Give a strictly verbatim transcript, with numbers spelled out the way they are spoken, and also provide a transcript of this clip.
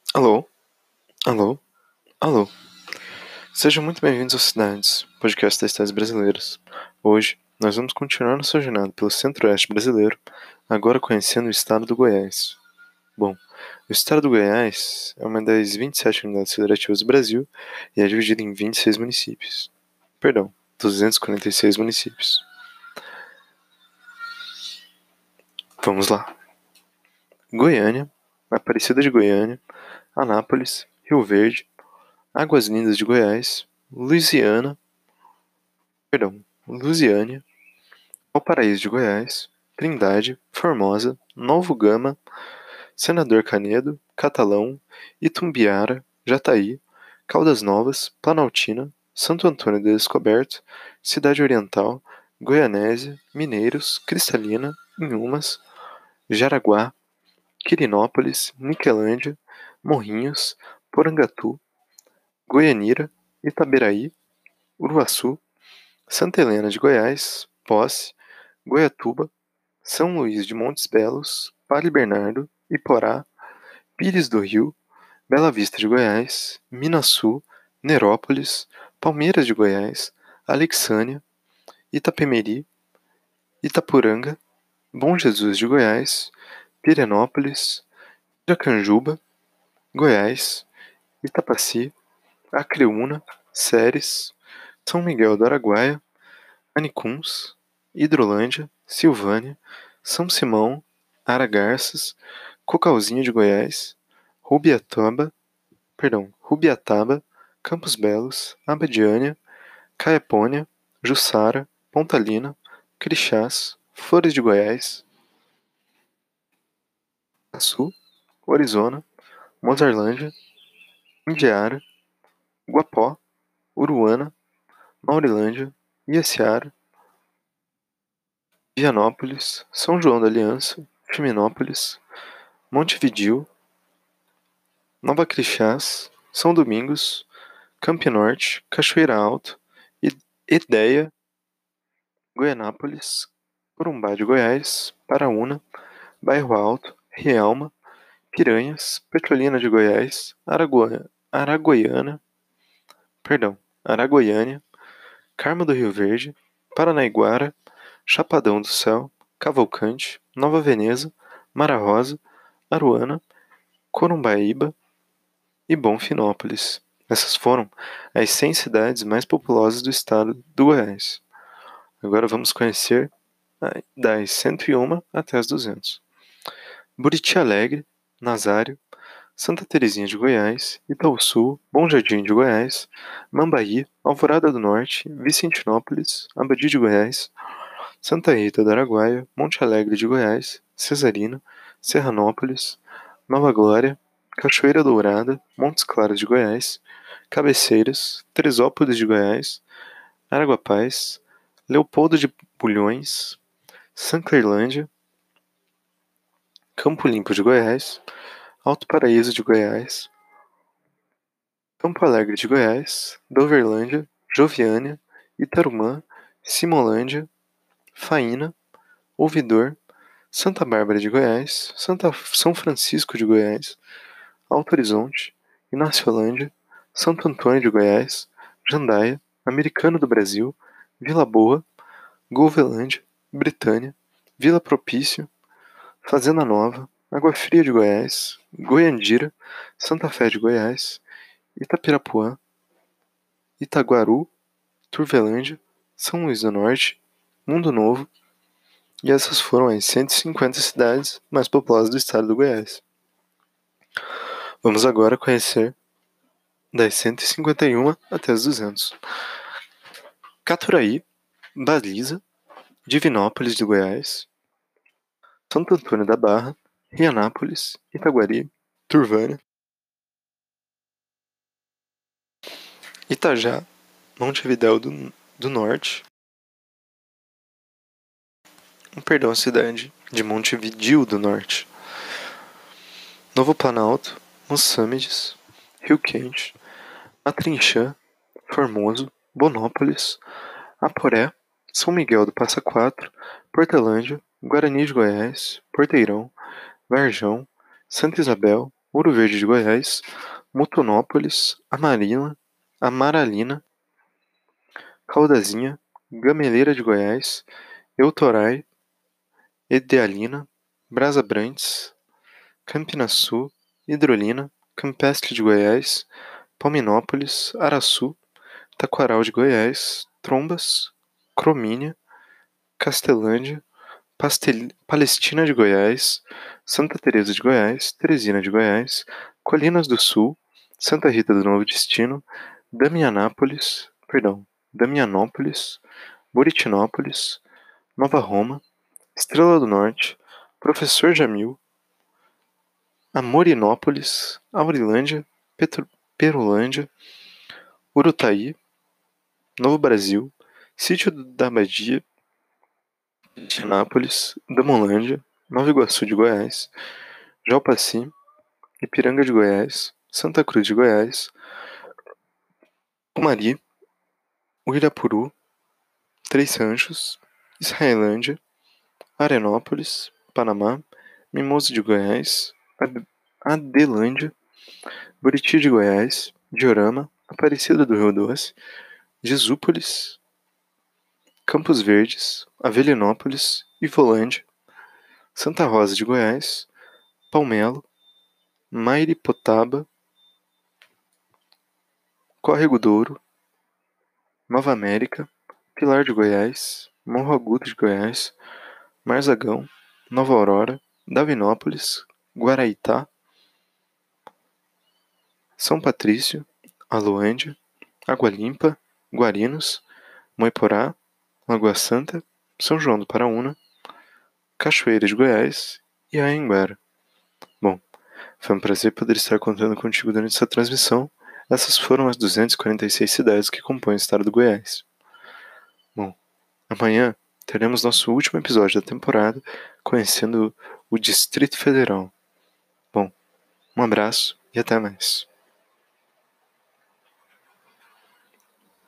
Alô? Alô? Alô? Sejam muito bem-vindos aos Cidades, podcast das cidades brasileiras. Hoje, nós vamos continuar nossa jornada pelo centro-oeste brasileiro, agora conhecendo o estado do Goiás. Bom, o estado do Goiás é uma das vinte e sete unidades federativas do Brasil e é dividido em vinte e seis municípios. Perdão, duzentos e quarenta e seis municípios. Vamos lá. Goiânia, Aparecida de Goiânia, Anápolis, Rio Verde, Águas Lindas de Goiás, Louisiana, perdão, Lusiânia, Valparaíso de Goiás, Trindade, Formosa, Novo Gama, Senador Canedo, Catalão, Itumbiara, Jataí, Caldas Novas, Planaltina, Santo Antônio do Descoberto, Cidade Oriental, Goianésia, Mineiros, Cristalina, Inhumas, Jaraguá, Quirinópolis, Niquelândia, Morrinhos, Porangatu, Goianira, Itaberaí, Uruaçu, Santa Helena de Goiás, Posse, Goiatuba, São Luís de Montes Belos, Padre Bernardo, Iporá, Pires do Rio, Bela Vista de Goiás, Minasul, Nerópolis, Palmeiras de Goiás, Alexânia, Itapemeri, Itapuranga, Bom Jesus de Goiás, Pirenópolis, Jacanjuba, Goiás, Itapaci, Acreúna, Ceres, São Miguel do Araguaia, Anicuns, Hidrolândia, Silvânia, São Simão, Aragarças, Cocalzinho de Goiás, Rubiataba, perdão, Rubiataba, Campos Belos, Abadiânia, Caiapônia, Jussara, Pontalina, Crixás, Flores de Goiás, Açu, Orizona, Mozarlândia, Indiara, Guapó, Uruana, Maurilândia, Iaciara, Vianópolis, São João da Aliança, Chiminópolis, Montevidil, Nova Crixás, São Domingos, Campinorte, Cachoeira Alta, Edéia, Goianápolis, Corumbá de Goiás, Paraúna, Bairro Alto, Rielma, Piranhas, Petrolina de Goiás, Araguaia, Araguaiana, perdão, Araguaiânia, Carmo do Rio Verde, Paranaiguara, Chapadão do Céu, Cavalcante, Nova Veneza, Mara Rosa, Aruana, Corumbaíba e Bonfinópolis. Essas foram as cem cidades mais populosas do estado do Goiás. Agora vamos conhecer das cento e uma até as duzentas. Buriti Alegre, Nazário, Santa Terezinha de Goiás, Itaúsul, Bom Jardim de Goiás, Mambaí, Alvorada do Norte, Vicentinópolis, Abadi de Goiás, Santa Rita do Araguaia, Monte Alegre de Goiás, Cesarina, Serranópolis, Nova Glória, Cachoeira Dourada, Montes Claros de Goiás, Cabeceiras, Teresópolis de Goiás, Araguapaz, Leopoldo de Bulhões, Sanclerlândia, Campo Limpo de Goiás, Alto Paraíso de Goiás, Campo Alegre de Goiás, Doverlândia, Joviânia, Itarumã, Simolândia, Faína, Ouvidor, Santa Bárbara de Goiás, Santa São Francisco de Goiás, Alto Horizonte, Inaciolândia, Santo Antônio de Goiás, Jandaia, Americano do Brasil, Vila Boa, Golvelândia, Britânia, Vila Propício, Fazenda Nova, Água Fria de Goiás, Goiandira, Santa Fé de Goiás, Itapirapuã, Itaguaru, Turvelândia, São Luís do Norte, Mundo Novo, e essas foram as cento e cinquenta cidades mais populosas do estado do Goiás. Vamos agora conhecer das cento e cinquenta e uma até as duzentas. Caturaí, Baliza, Divinópolis de Goiás, Santo Antônio da Barra, Rianápolis, Itaguari, Turvânia, Itajá, Montevidéu do, do Norte, perdão, a cidade de Montevidil do Norte, Novo Planalto, Mossâmedes, Rio Quente, Matrinchã, Formoso, Bonópolis, Aporé, São Miguel do Passa Quatro, Portelândia, Guarani de Goiás, Porteirão, Varjão, Santa Isabel, Ouro Verde de Goiás, Mutunópolis, Amarina, Amaralina, Caldazinha, Gameleira de Goiás, Eutorai, Edealina, Brasa Brantes, Campinaçu, Hidrolina, Campestre de Goiás, Palminópolis, Araçu, Taquaral de Goiás, Trombas, Cromínia, Castelândia, Pastel... Palestina de Goiás, Santa Teresa de Goiás, Teresina de Goiás, Colinas do Sul, Santa Rita do Novo Destino, Damianápolis, perdão, Damianópolis, Buritinópolis, Nova Roma, Estrela do Norte, Professor Jamil, Amorinópolis, Aurilândia, Petro... Perolândia, Urutaí, Novo Brasil, Sítio da Abadia, Tinápolis, Damolândia, Nova Iguaçu de Goiás, Jalpaci, Ipiranga de Goiás, Santa Cruz de Goiás, Cumari, Uirapuru, Três Ranchos, Israelândia, Arenópolis, Panamá, Mimoso de Goiás, Adelândia, Buriti de Goiás, Diorama, Aparecida do Rio Doce, Jesúpolis, Campos Verdes, Avelinópolis, Ivolândia, Santa Rosa de Goiás, Palmelo, Mairipotaba, Córrego Douro, Nova América, Pilar de Goiás, Morro Agudo de Goiás, Marzagão, Nova Aurora, Davinópolis, Guaraitá, São Patrício, Aloândia, Água Limpa, Guarinos, Moiporá, Lagoa Santa, São João do Paraúna, Cachoeira de Goiás e Anhanguera. Bom, foi um prazer poder estar contando contigo durante essa transmissão. Essas foram as duzentas e quarenta e seis cidades que compõem o estado do Goiás. Bom, amanhã teremos nosso último episódio da temporada, conhecendo o Distrito Federal. Bom, um abraço e até mais.